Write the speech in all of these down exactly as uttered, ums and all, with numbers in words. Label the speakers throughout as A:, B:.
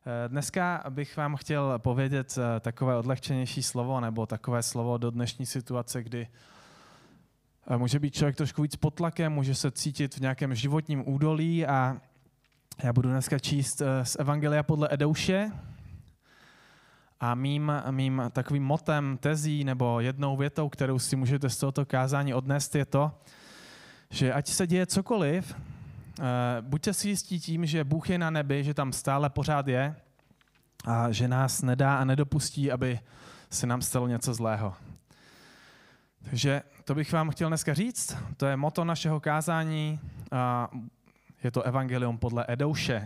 A: Dneska bych vám chtěl povědět takové odlehčenější slovo nebo takové slovo do dnešní situace, kdy může být člověk trošku víc pod tlakem, může se cítit v nějakém životním údolí a já budu dneska číst z Evangelia podle Edouše a mým, mým takovým motem, tezí nebo jednou větou, kterou si můžete z tohoto kázání odnést, je to, že ať se děje cokoliv, buďte si jistí tím, že Bůh je na nebi, že tam stále pořád je a že nás nedá a nedopustí, aby se nám stalo něco zlého. Takže to bych vám chtěl dneska říct, to je motto našeho kázání a je to Evangelium podle Edouše.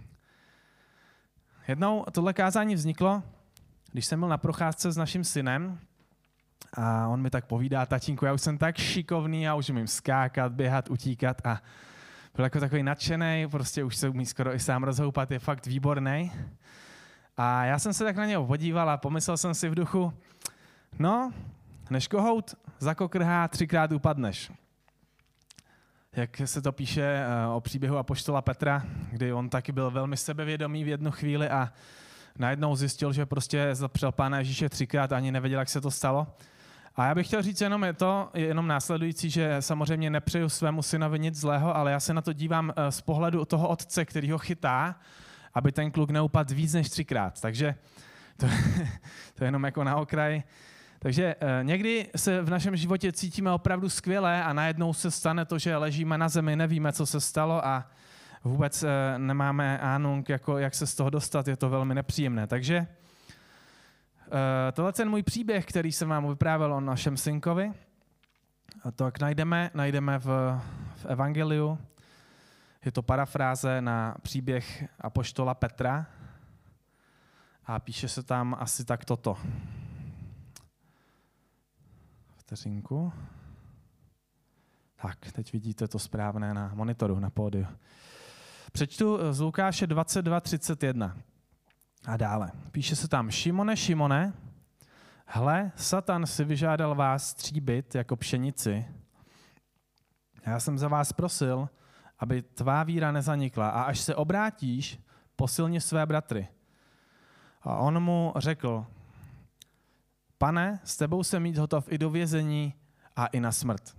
A: Jednou tohle kázání vzniklo, když jsem byl na procházce s naším synem a on mi tak povídá, tatínku, já už jsem tak šikovný, já už umím skákat, běhat, utíkat a byl jako takový nadšenej, prostě už se umí skoro i sám rozhoupat, je fakt výborný. A já jsem se tak na něho podíval a pomyslel jsem si v duchu, no, než kohout zakokrhá, třikrát upadneš. Jak se to píše o příběhu apoštola Petra, kdy on taky byl velmi sebevědomý v jednu chvíli a najednou zjistil, že prostě zapřel Pána Ježíše třikrát a ani nevěděl, jak se to stalo. A já bych chtěl říct jenom je to, jenom následující, že samozřejmě nepřeju svému synovi nic zlého, ale já se na to dívám z pohledu toho otce, který ho chytá, aby ten kluk neupadl víc než třikrát. Takže to, to je jenom jako na okraj. Takže eh, někdy se v našem životě cítíme opravdu skvěle a najednou se stane to, že ležíme na zemi, nevíme, co se stalo a vůbec eh, nemáme ánung, jako, jak se z toho dostat, je to velmi nepříjemné. Takže eh, tohle je ten můj příběh, který jsem vám vyprávěl o našem synkovi. A to, jak najdeme, najdeme v, v Evangeliu. Je to parafráze na příběh apoštola Petra a píše se tam asi tak toto. Vteřinku. Tak, teď vidíte to správné na monitoru, na pódiu. Přečtu z Lukáše dvacet dva třicet jedna a dále. Píše se tam, Šimone, Šimone, hle, Satan si vyžádal vás stříbit jako pšenici. Já jsem za vás prosil, aby tvá víra nezanikla a až se obrátíš, posilni své bratry. A on mu řekl, Pane, s tebou jsem mít hotov i do vězení a i na smrt.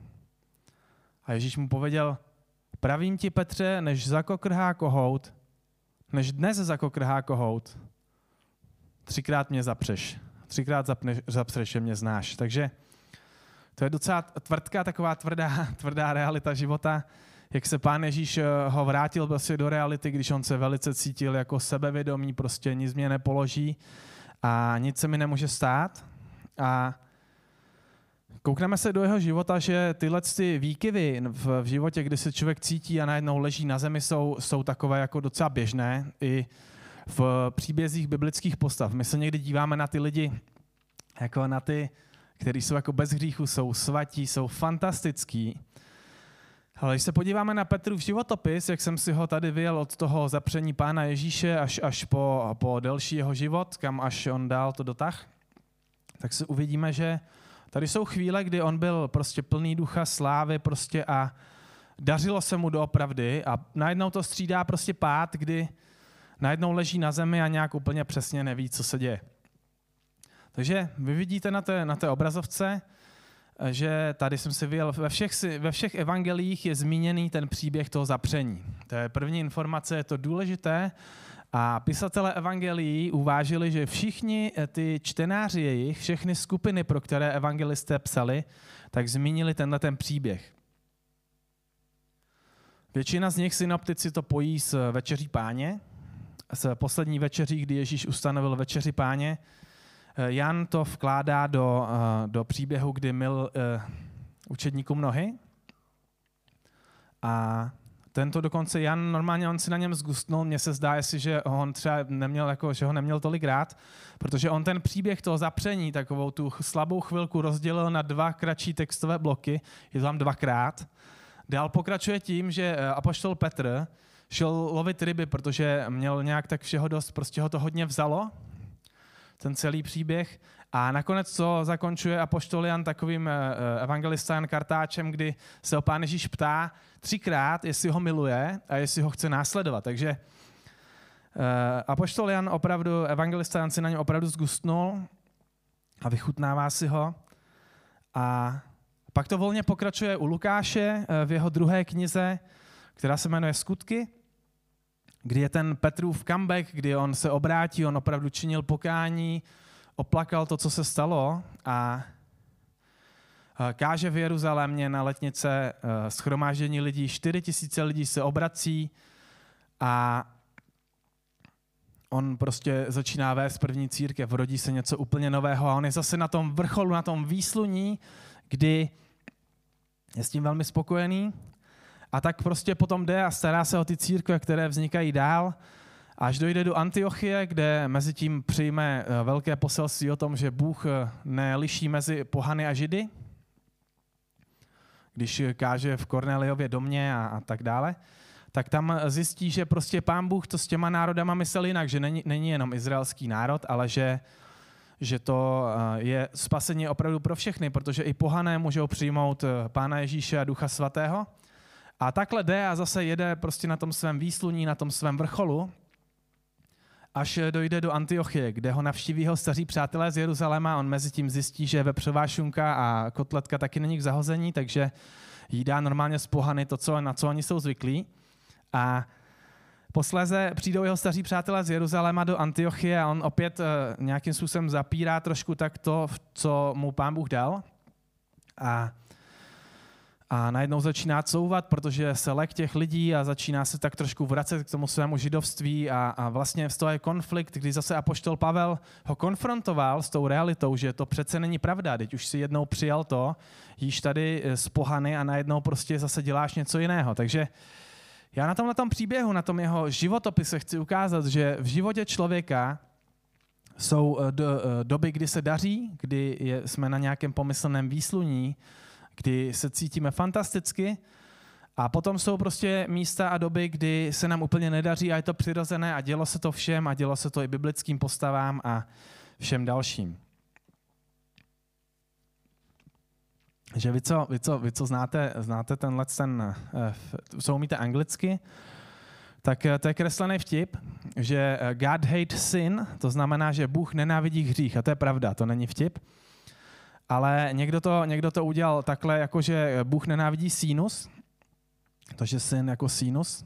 A: A Ježíš mu pověděl, pravím ti, Petře, než zakokrhá kohout, než dnes zakokrhá kohout, třikrát mě zapřeš. Třikrát zapneš, zapřeš, že mě znáš. Takže to je docela tvrdká, taková tvrdá, tvrdá realita života, jak se Pán Ježíš ho vrátil prostě do reality, když on se velice cítil jako sebevědomý, prostě nic mě nepoloží a nic se mi nemůže stát. A koukneme se do jeho života, že tyhle ty výkyvy v, v životě, kdy se člověk cítí a najednou leží na zemi, jsou, jsou takové jako docela běžné i v příbězích biblických postav. My se někdy díváme na ty lidi, jako na ty, kteří jsou jako bez hříchu, jsou svatí, jsou fantastický. Ale když se podíváme na Petrův životopis, jak jsem si ho tady vyjel od toho zapření Pána Ježíše až, až po, po delší jeho život, kam až on dál to dotah, tak si uvidíme, že tady jsou chvíle, kdy on byl prostě plný ducha slávy prostě a dařilo se mu doopravdy a najednou to střídá prostě pád, kdy najednou leží na zemi a nějak úplně přesně neví, co se děje. Takže vy vidíte na té, na té obrazovce, že tady jsem si vyjel, ve všech, ve všech evangelích je zmíněný ten příběh toho zapření. To je první informace, je to důležité a pisatelé evangelií uvážili, že všichni ty čtenáři jejich, všechny skupiny, pro které evangelisté psali, tak zmínili tenhle ten příběh. Většina z nich synoptici to pojí s večeří Páně, s poslední večeří, kdy Ježíš ustanovil večeři Páně. Jan to vkládá do, do příběhu, kdy myl učedníkům nohy. A tento dokonce Jan, normálně on si na něm zgustnul, mně se zdá, jestliže on třeba neměl, jako, že ho neměl tolik rád, protože on ten příběh toho zapření, takovou tu slabou chvilku rozdělil na dva kratší textové bloky, je to tam dvakrát. Dál pokračuje tím, že apoštol Petr šel lovit ryby, protože měl nějak tak všeho dost, prostě ho to hodně vzalo, ten celý příběh. A nakonec to zakončuje apoštol Jan takovým evangelista Jan Kartáčem, kdy se ho Pán Ježíš ptá třikrát, jestli ho miluje a jestli ho chce následovat. Takže Apoštol Jan opravdu, evangelista Jan si na něm opravdu zgustnul a vychutnává si ho. A pak to volně pokračuje u Lukáše v jeho druhé knize, která se jmenuje Skutky, kdy je ten Petrův comeback, kdy on se obrátí, on opravdu činil pokání, oplakal to, co se stalo a káže v Jeruzalémě na letnice shromáždění lidí, čtyři tisíce lidí se obrací a on prostě začíná vést první církev, rodí se něco úplně nového a on je zase na tom vrcholu, na tom výsluní, kdy je s tím velmi spokojený a tak prostě potom jde a stará se o ty církve, které vznikají dál, až dojde do Antiochie, kde mezi tím přijme velké poselství o tom, že Bůh neliší mezi pohany a Židy, když káže v Kornéliově domě a, a tak dále, tak tam zjistí, že prostě Pán Bůh to s těma národama myslel jinak, že není, není jenom izraelský národ, ale že, že to je spasení opravdu pro všechny, protože i pohané můžou přijmout Pána Ježíše a Ducha Svatého. A takhle jde a zase jede prostě na tom svém výsluní, na tom svém vrcholu, až dojde do Antiochie, kde ho navštíví jeho staří přátelé z Jeruzaléma. On mezi tím zjistí, že vepřová šunka a kotletka taky není k zahození, takže jí dá normálně z pohany to, co, na co oni jsou zvyklí. A posléze přijdou jeho staří přátelé z Jeruzaléma do Antiochie a on opět uh, nějakým způsobem zapírá trošku tak to, co mu Pán Bůh dal. A, a najednou začíná couvat, protože se lek těch lidí a začíná se tak trošku vracet k tomu svému židovství a, a vlastně z toho je konflikt, kdy zase apoštol Pavel ho konfrontoval s tou realitou, že to přece není pravda, teď už si jednou přijal to, jíš tady z pohany a najednou prostě zase děláš něco jiného. Takže já na tomhle příběhu, na tom jeho životopise chci ukázat, že v životě člověka jsou do, doby, kdy se daří, kdy je, jsme na nějakém pomyslném výsluní, kdy se cítíme fantasticky a potom jsou prostě místa a doby, kdy se nám úplně nedaří a je to přirozené a dělo se to všem a dělo se to i biblickým postavám a všem dalším. Že vy, co, vy, co, vy, co znáte, znáte tenhle, ten, co umíte anglicky, tak to je kreslený vtip, že God hate sin, to znamená, že Bůh nenávidí hřích. A to je pravda, to není vtip. Ale někdo to, někdo to udělal takhle, jako že Bůh nenávidí sinus, takže sin jako sinus.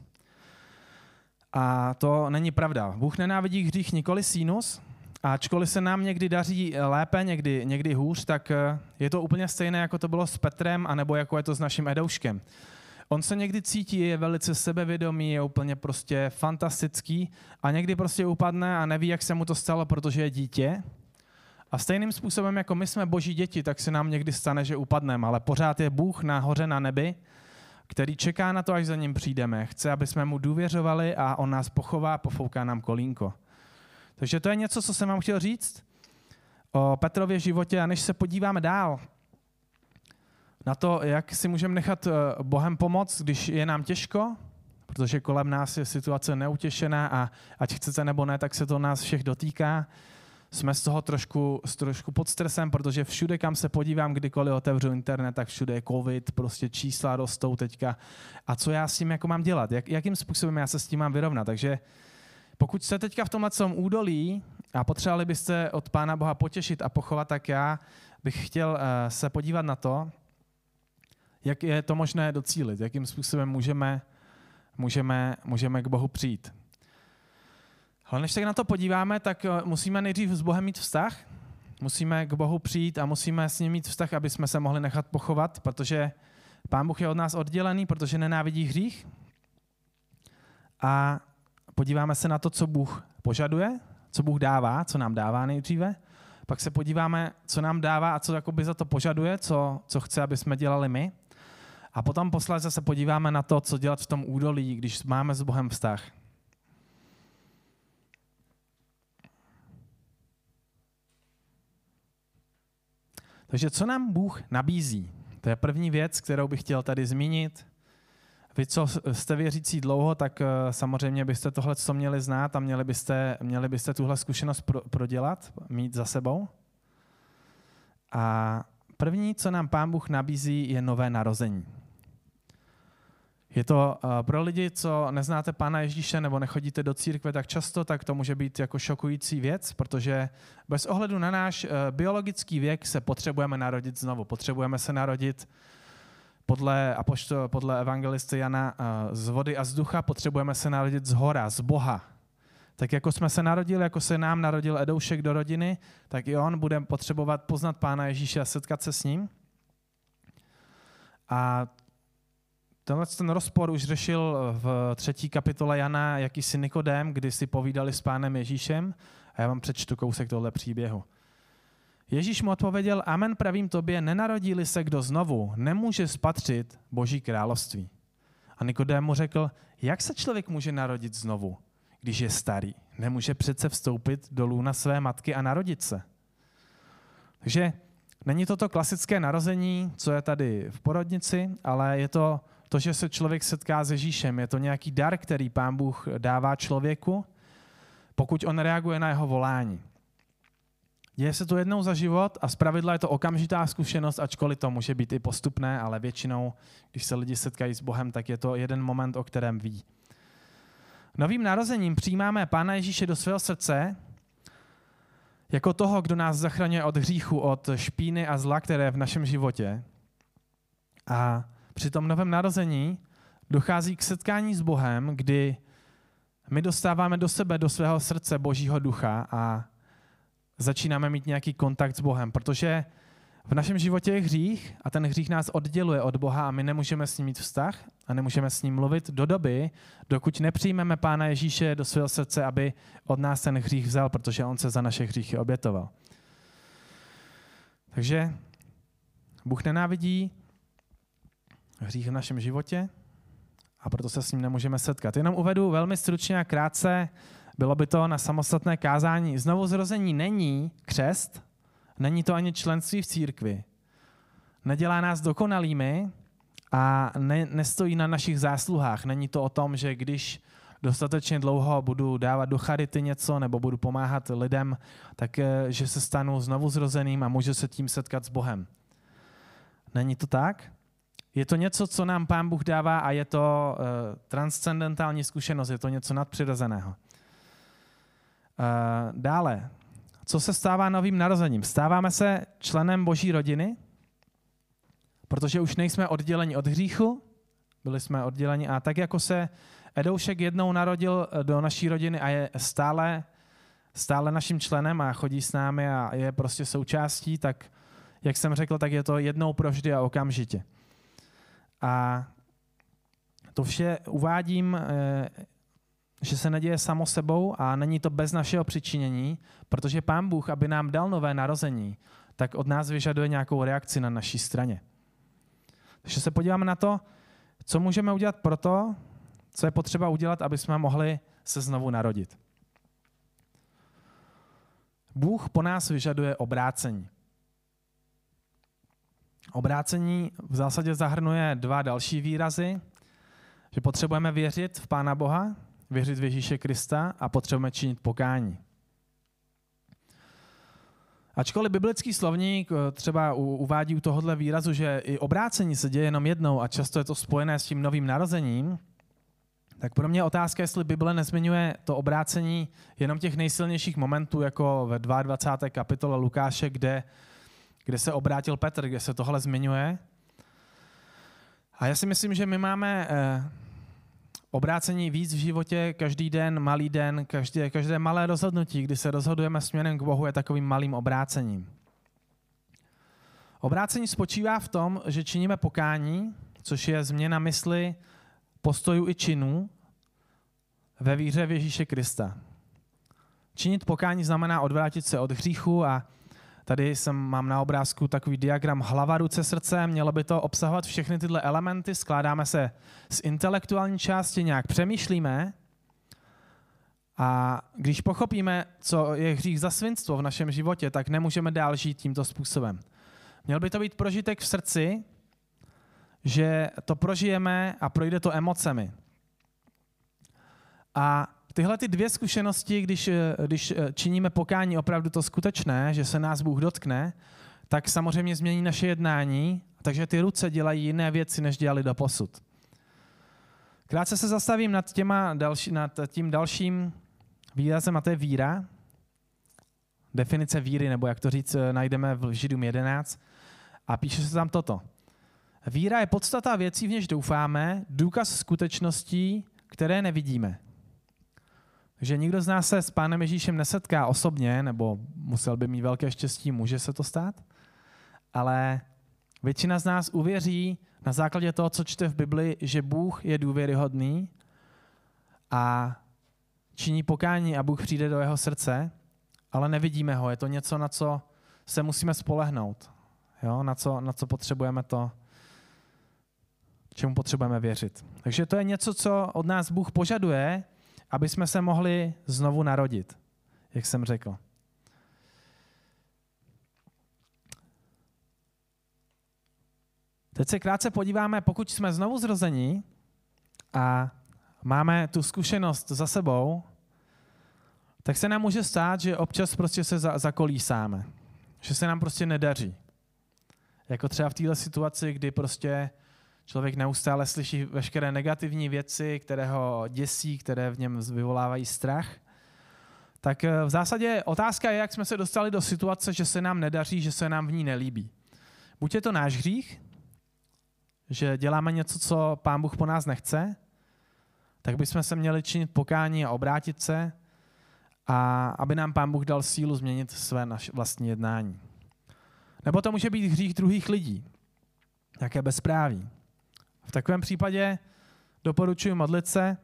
A: A to není pravda. Bůh nenávidí hřích, nikoli sinus. A ačkoliv se nám někdy daří lépe, někdy, někdy hůř, tak je to úplně stejné, jako to bylo s Petrem, anebo jako je to s naším Edouškem. On se někdy cítí, je velice sebevědomý, je úplně prostě fantastický a někdy prostě upadne a neví, jak se mu to stalo, protože je dítě. A stejným způsobem, jako my jsme boží děti, tak se nám někdy stane, že upadneme, ale pořád je Bůh nahoře na nebi, který čeká na to, až za ním přijdeme. Chce, aby jsme mu důvěřovali a on nás pochová, pofouká nám kolínko. Takže to je něco, co jsem vám chtěl říct o Petrově životě a než se podíváme dál na to, jak si můžeme nechat Bohem pomoct, když je nám těžko, protože kolem nás je situace neutěšená a ať chcete nebo ne, tak se to nás všech dotýká. Jsme z toho trošku, trošku pod stresem, protože všude, kam se podívám, kdykoliv otevřu internet, tak všude je covid, prostě čísla rostou teďka. A co já s tím jako mám dělat? Jak, jakým způsobem já se s tím mám vyrovnat? Takže pokud jste teďka v tomhle údolí a potřebovali byste od Pána Boha potěšit a pochovat, tak já bych chtěl uh, se podívat na to, jak je to možné docílit, jakým způsobem můžeme, můžeme, můžeme k Bohu přijít. Ale než se na to podíváme, tak musíme nejdřív s Bohem mít vztah. Musíme k Bohu přijít a musíme s ním mít vztah, aby jsme se mohli nechat pochovat, protože Pán Bůh je od nás oddělený, protože nenávidí hřích. A podíváme se na to, co Bůh požaduje, co Bůh dává, co nám dává nejdříve. Pak se podíváme, co nám dává a co jakoby za to požaduje, co, co chce, aby jsme dělali my. A potom posléze se podíváme na to, co dělat v tom údolí, když máme s Bohem vztah. Takže co nám Bůh nabízí? To je první věc, kterou bych chtěl tady zmínit. Vy, co jste věřící dlouho, tak samozřejmě byste tohle co měli znát a měli byste, měli byste tuhle zkušenost pro, prodělat, mít za sebou. A první, co nám Pán Bůh nabízí, je nové narození. Je to uh, pro lidi, co neznáte Pána Ježíše nebo nechodíte do církve tak často, tak to může být jako šokující věc, protože bez ohledu na náš uh, biologický věk se potřebujeme narodit znovu. Potřebujeme se narodit podle, apoštol, podle evangelisty Jana uh, z vody a z ducha, potřebujeme se narodit z hora, z Boha. Tak jako jsme se narodili, jako se nám narodil Edoušek do rodiny, tak i on bude potřebovat poznat Pána Ježíše a setkat se s ním. A tenhle ten rozpor už řešil v třetí kapitole Jana jakýsi Nikodém, kdy si povídali s Pánem Ježíšem. A já vám přečtu kousek tohle příběhu. Ježíš mu odpověděl, amen pravím tobě, nenarodí-li se kdo znovu, nemůže spatřit Boží království. A Nikodém mu řekl, jak se člověk může narodit znovu, když je starý? Nemůže přece vstoupit do lůna své matky a narodit se. Takže není to to klasické narození, co je tady v porodnici, ale je to to, že se člověk setká s Ježíšem. Je to nějaký dar, který Pán Bůh dává člověku, pokud on reaguje na jeho volání. Děje se to jednou za život a zpravidla je to okamžitá zkušenost, ačkoliv to může být i postupné, ale většinou, když se lidi setkají s Bohem, tak je to jeden moment, o kterém ví. Novým narozením přijímáme Pána Ježíše do svého srdce jako toho, kdo nás zachraňuje od hříchu, od špíny a zla, které je v našem životě. A při tom novém narození dochází k setkání s Bohem, kdy my dostáváme do sebe, do svého srdce Božího ducha a začínáme mít nějaký kontakt s Bohem, protože v našem životě je hřích a ten hřích nás odděluje od Boha a my nemůžeme s ním mít vztah a nemůžeme s ním mluvit do doby, dokud nepřijmeme Pána Ježíše do svého srdce, aby od nás ten hřích vzal, protože on se za naše hříchy obětoval. Takže Bůh nenávidí hřích v našem životě a proto se s ním nemůžeme setkat. Jenom uvedu velmi stručně a krátce, bylo by to na samostatné kázání. Znovuzrození není křest, není to ani členství v církvi. Nedělá nás dokonalými a ne, nestojí na našich zásluhách. Není to o tom, že když dostatečně dlouho budu dávat do charity něco nebo budu pomáhat lidem, tak že se stanu znovuzrozeným a můžu se tím setkat s Bohem. Není to tak? Je to něco, co nám Pán Bůh dává a je to uh, transcendentální zkušenost, je to něco nadpřirozeného. Uh, dále, co se stává novým narozením? Stáváme se členem Boží rodiny, protože už nejsme odděleni od hříchu, byli jsme odděleni a tak, jako se Edoušek jednou narodil do naší rodiny a je stále, stále naším členem a chodí s námi a je prostě součástí, tak jak jsem řekl, tak je to jednou provždy a okamžitě. A to vše uvádím, že se neděje samo sebou a není to bez našeho přičinění, protože Pán Bůh, aby nám dal nové narození, tak od nás vyžaduje nějakou reakci na naší straně. Takže se podíváme na to, co můžeme udělat pro to, co je potřeba udělat, aby jsme mohli se znovu narodit. Bůh po nás vyžaduje obrácení. Obrácení v zásadě zahrnuje dva další výrazy, že potřebujeme věřit v Pána Boha, věřit v Ježíše Krista a potřebujeme činit pokání. Ačkoliv biblický slovník třeba uvádí u tohohle výrazu, že i obrácení se děje jenom jednou a často je to spojené s tím novým narozením, tak pro mě je otázka, jestli Bible nezmiňuje to obrácení jenom těch nejsilnějších momentů, jako ve dvacáté druhé kapitole Lukáše, kde, kde se obrátil Petr, kde se tohle zmiňuje. A já si myslím, že my máme eh, obrácení víc v životě, každý den, malý den, každé, každé malé rozhodnutí, kdy se rozhodujeme směrem k Bohu, je takovým malým obrácením. Obrácení spočívá v tom, že činíme pokání, což je změna mysli, postojů i činů ve víře v Ježíše Krista. Činit pokání znamená odvrátit se od hříchu a tady jsem, mám na obrázku takový diagram hlava, ruce, srdce. Mělo by to obsahovat všechny tyhle elementy. Skládáme se z intelektuální části, nějak přemýšlíme a když pochopíme, co je hřích za svinstvo v našem životě, tak nemůžeme dál žít tímto způsobem. Měl by to být prožitek v srdci, že to prožijeme a projde to emocemi. A tyhle ty dvě zkušenosti, když, když činíme pokání opravdu to skutečné, že se nás Bůh dotkne, tak samozřejmě změní naše jednání, takže ty ruce dělají jiné věci, než dělali doposud. Krátce se zastavím nad, těma další, nad tím dalším výrazem, a to je víra. Definice víry, nebo jak to říct, najdeme v Židům jedenáct. A píše se tam toto. Víra je podstata věcí, v něž doufáme, důkaz skutečností, které nevidíme. Takže nikdo z nás se s Pánem Ježíšem nesetká osobně, nebo musel by mít velké štěstí, může se to stát, ale většina z nás uvěří na základě toho, co čte v Bibli, že Bůh je důvěryhodný a činí pokání a Bůh přijde do jeho srdce, ale nevidíme ho. Je to něco, na co se musíme spolehnout, jo? Na co, na co potřebujeme to, čemu potřebujeme věřit. Takže to je něco, co od nás Bůh požaduje, aby jsme se mohli znovu narodit, jak jsem řekl. Teď se krátce podíváme, pokud jsme znovu zrození a máme tu zkušenost za sebou, tak se nám může stát, že občas prostě se za, zakolísáme, že se nám prostě nedaří. Jako třeba v této situaci, kdy prostě člověk neustále slyší veškeré negativní věci, které ho děsí, které v něm vyvolávají strach. Tak v zásadě otázka je, jak jsme se dostali do situace, že se nám nedaří, že se nám v ní nelíbí. Buď je to náš hřích, že děláme něco, co Pán Bůh po nás nechce, tak bychom se měli činit pokání a obrátit se, a aby nám Pán Bůh dal sílu změnit své naše vlastní jednání. Nebo to může být hřích druhých lidí, nějaké bezpráví. V takovém případě doporučuji modlit se,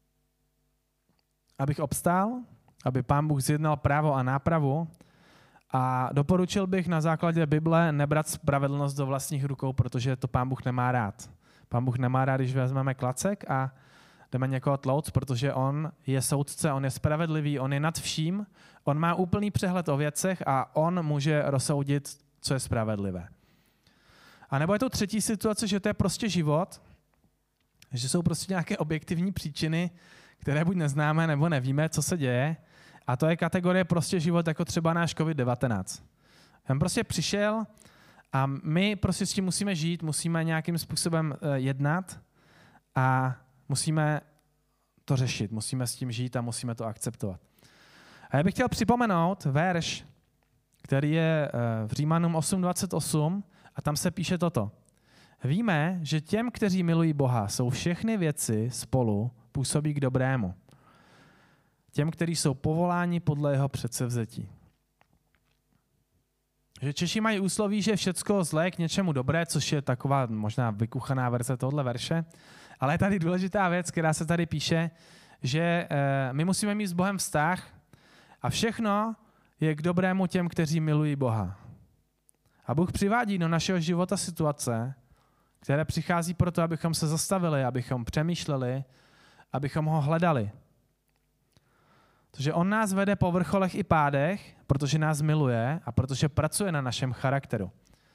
A: abych obstál, aby Pán Bůh zjednal právo a nápravu, a doporučil bych na základě Bible nebrat spravedlnost do vlastních rukou, protože to Pán Bůh nemá rád. Pán Bůh nemá rád, když vezmeme klacek a jdeme někoho tlouct, protože on je soudce, on je spravedlivý, on je nad vším, on má úplný přehled o věcech a on může rozsoudit, co je spravedlivé. A nebo je to třetí situace, že to je prostě život, že jsou prostě nějaké objektivní příčiny, které buď neznáme, nebo nevíme, co se děje. A to je kategorie prostě život, jako třeba náš covid devatenáct. Ten prostě přišel a my prostě s tím musíme žít, musíme nějakým způsobem jednat a musíme to řešit, musíme s tím žít a musíme to akceptovat. A já bych chtěl připomenout verš, který je v Římanům osm dvacet osm, a tam se píše toto. Víme, že těm, kteří milují Boha, jsou všechny věci spolu působí k dobrému. Těm, kteří jsou povoláni podle jeho předsevzetí. Že Češi mají úsloví, že všecko zlé je k něčemu dobré, což je taková možná vykuchaná verze tohoto verše, ale je tady důležitá věc, která se tady píše, že my musíme mít s Bohem vztah a všechno je k dobrému těm, kteří milují Boha. A Bůh přivádí do našeho života situace, které přichází proto, abychom se zastavili, abychom přemýšleli, abychom ho hledali. Protože on nás vede po vrcholech i pádech, protože nás miluje a protože pracuje na našem charakteru.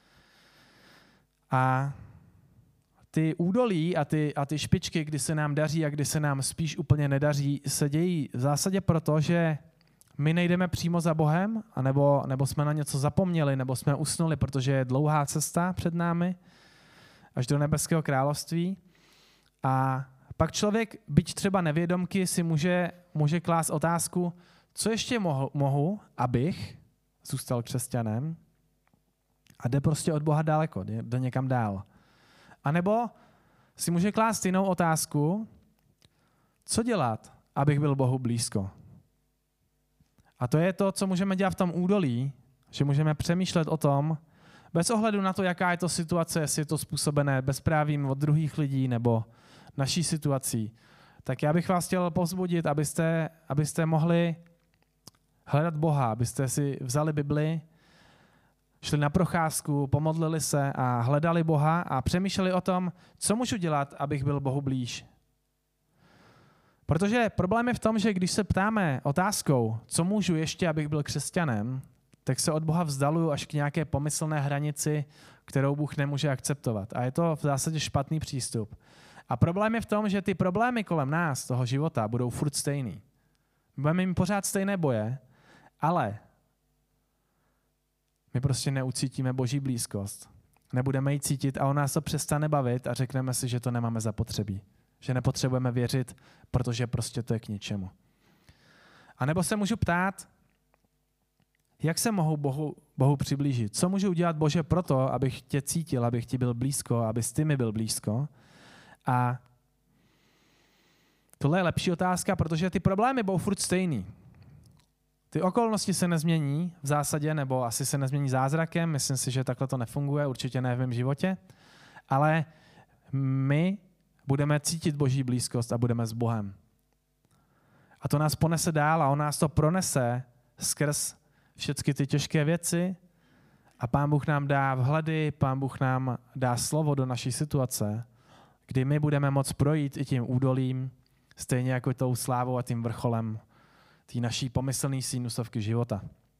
A: A ty údolí a ty, a ty špičky, kdy se nám daří a kdy se nám spíš úplně nedaří, se dějí v zásadě proto, že my nejdeme přímo za Bohem, anebo, nebo jsme na něco zapomněli, nebo jsme usnuli, protože je dlouhá cesta před námi až do nebeského království. A pak člověk, byť třeba nevědomky, si může, může klást otázku, co ještě mohu, mohu, abych zůstal křesťanem, a jde prostě od Boha daleko, jde někam dál. A nebo si může klást jinou otázku, co dělat, abych byl Bohu blízko. A to je to, co můžeme dělat v tom údolí, že můžeme přemýšlet o tom, bez ohledu na to, jaká je to situace, jestli je to způsobené bezprávím od druhých lidí nebo naší situací. Tak já bych vás chtěl povzbudit, abyste, abyste mohli hledat Boha, abyste si vzali Bibli, šli na procházku, pomodlili se a hledali Boha a přemýšleli o tom, co můžu dělat, abych byl Bohu blíž. Protože problém je v tom, že když se ptáme otázkou, co můžu ještě, abych byl křesťanem, tak se od Boha vzdaluju až k nějaké pomyslné hranici, kterou Bůh nemůže akceptovat. A je to v zásadě špatný přístup. A problém je v tom, že ty problémy kolem nás, toho života, budou furt stejný. Budeme mít pořád stejné boje, ale my prostě neucítíme Boží blízkost. Nebudeme ji cítit a on nás to přestane bavit a řekneme si, že to nemáme zapotřebí. že nepotřebujeme věřit, protože prostě to je k ničemu. A nebo se můžu ptát, jak se mohu Bohu, Bohu přiblížit? Co můžu udělat, Bože, proto, abych tě cítil, abych ti byl blízko, abys ty mi byl blízko? A tohle je lepší otázka, protože ty problémy budou furt stejný. Ty okolnosti se nezmění v zásadě, nebo asi se nezmění zázrakem, myslím si, že takhle to nefunguje, určitě ne v mém životě, ale my budeme cítit Boží blízkost a budeme s Bohem. A to nás ponese dál a on nás to pronese skrz všechny ty těžké věci a Pán Bůh nám dá vhledy, Pán Bůh nám dá slovo do naší situace, kdy my budeme moct projít i tím údolím, stejně jako tou slávou a tím vrcholem té naší pomyslné sinusovky života.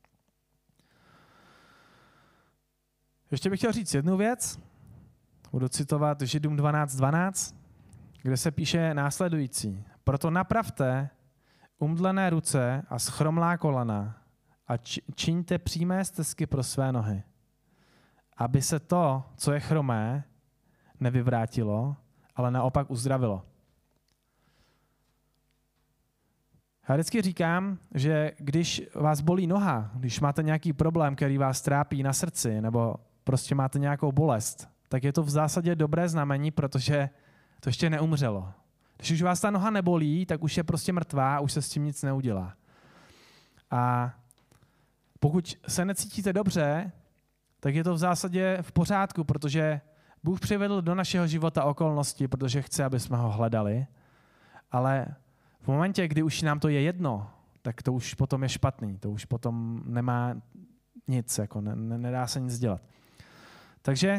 A: Ještě bych chtěl říct jednu věc. Budu citovat Židům dvanáct dvanáct, kde se píše následující. Proto napravte umdlené ruce a schromlá kolena a čiňte přímé stezky pro své nohy, aby se to, co je chromé, nevyvrátilo, ale naopak uzdravilo. Já vždycky říkám, že když vás bolí noha, když máte nějaký problém, který vás trápí na srdci, nebo prostě máte nějakou bolest, tak je to v zásadě dobré znamení, protože to ještě neumřelo. Když už vás ta noha nebolí, tak už je prostě mrtvá a už se s tím nic neudělá. A pokud se necítíte dobře, tak je to v zásadě v pořádku, protože Bůh přivedl do našeho života okolnosti, protože chce, aby jsme ho hledali, ale v momentě, kdy už nám to je jedno, tak to už potom je špatný, to už potom nemá nic, jako ne, ne, nedá se nic dělat. Takže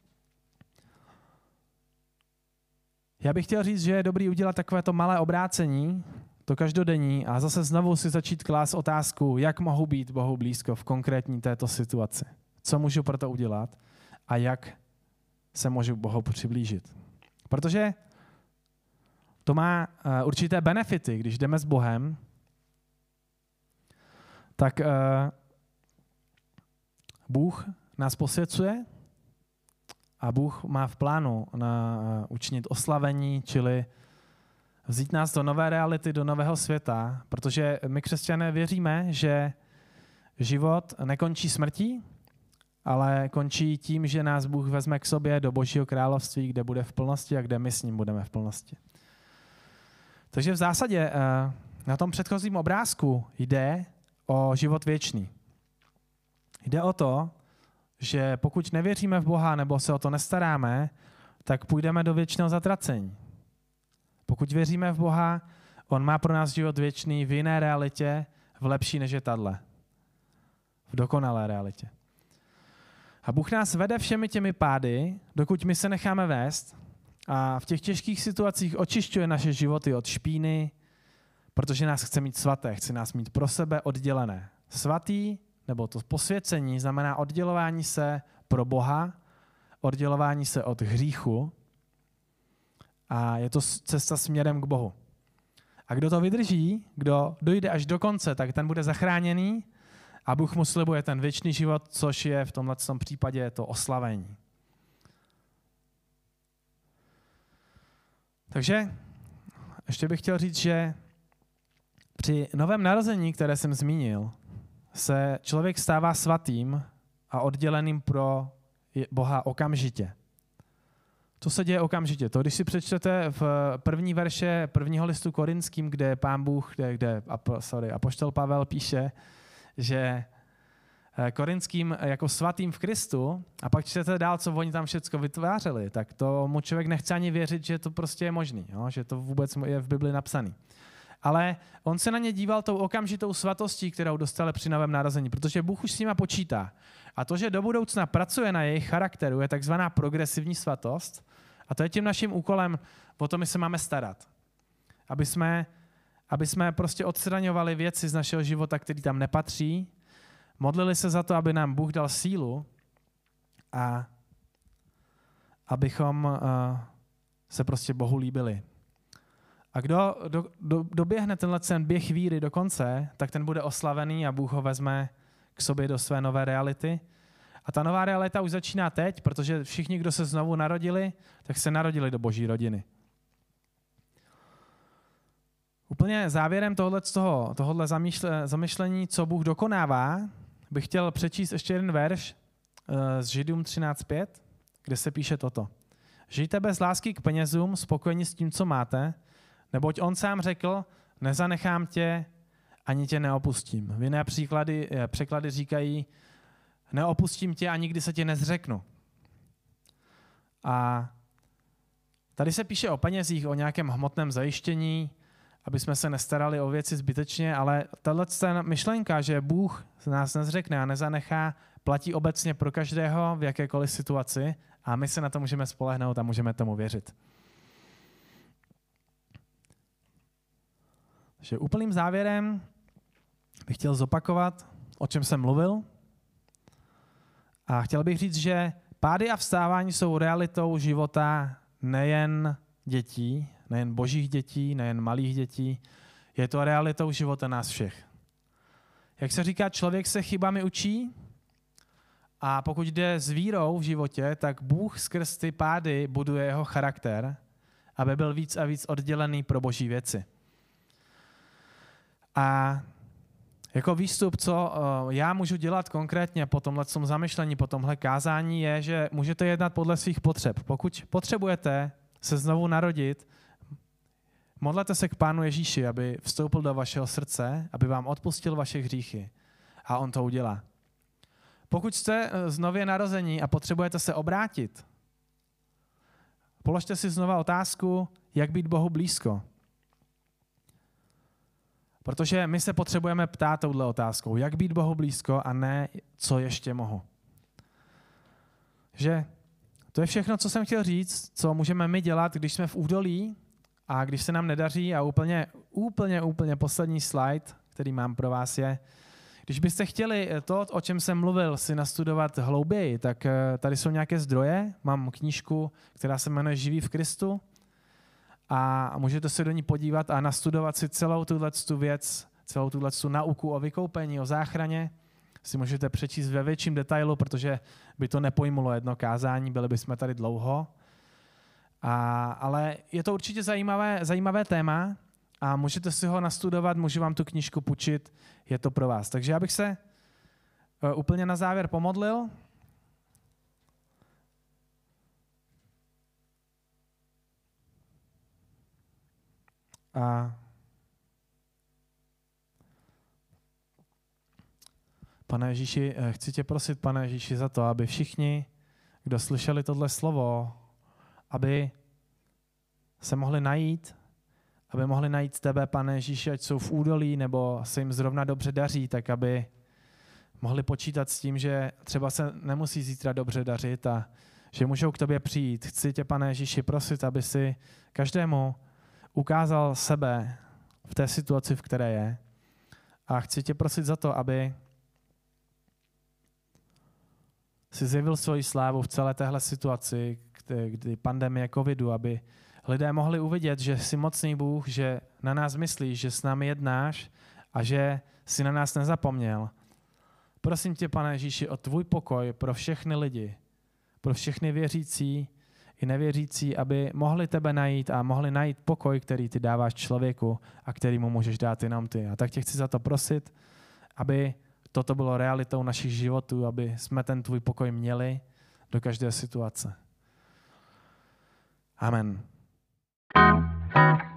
A: já bych chtěl říct, že je dobrý udělat takovéto malé obrácení, to každodenní, a zase znovu si začít klást otázku, jak mohu být Bohu blízko v konkrétní této situaci. Co můžu pro to udělat a jak se můžu Bohu přiblížit. Protože to má uh, určité benefity, když jdeme s Bohem, tak uh, Bůh nás posvěcuje a Bůh má v plánu na uh, učinit oslavení, čili vzít nás do nové reality, do nového světa, protože my křesťané věříme, že život nekončí smrtí, ale končí tím, že nás Bůh vezme k sobě do Božího království, kde bude v plnosti a kde my s ním budeme v plnosti. Takže v zásadě na tom předchozím obrázku jde o život věčný. Jde o to, že pokud nevěříme v Boha nebo se o to nestaráme, tak půjdeme do věčného zatracení. Pokud věříme v Boha, on má pro nás život věčný v jiné realitě, v lepší než je tahle. V dokonalé realitě. A Bůh nás vede všemi těmi pády, dokud my se necháme vést a v těch těžkých situacích očišťuje naše životy od špíny, protože nás chce mít svaté, chce nás mít pro sebe oddělené. Svatý, nebo to posvěcení, znamená oddělování se pro Boha, oddělování se od hříchu a je to cesta směrem k Bohu. A kdo to vydrží, kdo dojde až do konce, tak ten bude zachráněný a Bůh mu slibuje ten věčný život, což je v tomhle případě to oslavení. Takže ještě bych chtěl říct, že při novém narození, které jsem zmínil, se člověk stává svatým a odděleným pro Boha okamžitě. To se děje okamžitě. To, když si přečtete v první verše prvního listu Korinským, kde pán Bůh, kde, kde sorry, apoštol Pavel píše, že Korinským jako svatým v Kristu, a pak čtete dál, co oni tam všecko vytvářeli, tak to mu člověk nechce ani věřit, že to prostě je možný, jo? Že to vůbec je v Bibli napsaný. Ale on se na ně díval tou okamžitou svatostí, kterou dostali při novém narození, protože Bůh už s nima počítá. A to, že do budoucna pracuje na jejich charakteru, je takzvaná progresivní svatost. A to je tím naším úkolem, o to my se máme starat. Aby jsme, aby jsme prostě odstraňovali věci z našeho života, které tam nepatří, modlili se za to, aby nám Bůh dal sílu a abychom uh, se prostě Bohu líbili. A kdo do, do, doběhne tenhle ten běh víry do konce, tak ten bude oslavený a Bůh ho vezme k sobě do své nové reality. A ta nová realita už začíná teď, protože všichni, kdo se znovu narodili, tak se narodili do Boží rodiny. Úplně závěrem tohle, toho, tohohle zamyšlení, co Bůh dokonává, bych chtěl přečíst ještě jeden verš z Židům třináct pět, kde se píše toto. Žijte bez lásky k penězům, spokojeni s tím, co máte, neboť on sám řekl, nezanechám tě, ani tě neopustím. V jiné příklady, překlady říkají, neopustím tě a nikdy se tě nezřeknu. A tady se píše o penězích, o nějakém hmotném zajištění, aby jsme se nestarali o věci zbytečně, ale tato myšlenka, že Bůh nás nezřekne a nezanechá, platí obecně pro každého v jakékoliv situaci a my se na to můžeme spolehnout a můžeme tomu věřit. Takže úplným závěrem bych chtěl zopakovat, o čem jsem mluvil. A chtěl bych říct, že pády a vstávání jsou realitou života nejen dětí, nejen božích dětí, nejen malých dětí. Je to realitou života nás všech. Jak se říká, člověk se chybami učí a pokud jde s vírou v životě, tak Bůh skrz ty pády buduje jeho charakter, aby byl víc a víc oddělený pro boží věci. A jako výstup, co já můžu dělat konkrétně po tomhle zamyšlení, po tomhle kázání, je, že můžete jednat podle svých potřeb. Pokud potřebujete se znovu narodit, modlete se k Pánu Ježíši, aby vstoupil do vašeho srdce, aby vám odpustil vaše hříchy. A on to udělá. Pokud jste znově narození a potřebujete se obrátit, položte si znova otázku, jak být Bohu blízko. Protože my se potřebujeme ptát touhle otázkou, jak být Bohu blízko a ne, co ještě mohu. Že to je všechno, co jsem chtěl říct, co můžeme my dělat, když jsme v údolí a když se nám nedaří a úplně, úplně, úplně poslední slide, který mám pro vás je, když byste chtěli to, o čem jsem mluvil, si nastudovat hlouběji, tak tady jsou nějaké zdroje. Mám knížku, která se jmenuje Živí v Kristu a můžete se do ní podívat a nastudovat si celou tuhletu věc, celou tuhletu nauku o vykoupení, o záchraně. Si můžete přečíst ve větším detailu, protože by to nepojmulo jedno kázání, byli bychom tady dlouho. A, ale je to určitě zajímavé, zajímavé téma a můžete si ho nastudovat, můžu vám tu knížku půjčit, je to pro vás. Takže já bych se uh, úplně na závěr pomodlil. A Pane Ježíši, chci tě prosit, Pane Ježíši, za to, aby všichni, kdo slyšeli tohle slovo, aby se mohli najít, aby mohli najít tebe, Pane Ježíši, ať jsou v údolí, nebo se jim zrovna dobře daří, tak aby mohli počítat s tím, že třeba se nemusí zítra dobře dařit a že můžou k tobě přijít. Chci tě, Pane Ježíši, prosit, aby si každému ukázal sebe v té situaci, v které je. A chci tě prosit za to, aby si zjevil svoji slávu v celé téhle situaci, kdy, kdy pandemie covidu, aby lidé mohli uvidět, že jsi mocný Bůh, že na nás myslíš, že s námi jednáš a že jsi na nás nezapomněl. Prosím tě, Pane Ježíši, o tvůj pokoj pro všechny lidi, pro všechny věřící i nevěřící, aby mohli tebe najít a mohli najít pokoj, který ty dáváš člověku a který mu můžeš dát jenom ty. A tak tě chci za to prosit, aby toto bylo realitou našich životů, aby jsme ten tvůj pokoj měli do každé situace. Amen.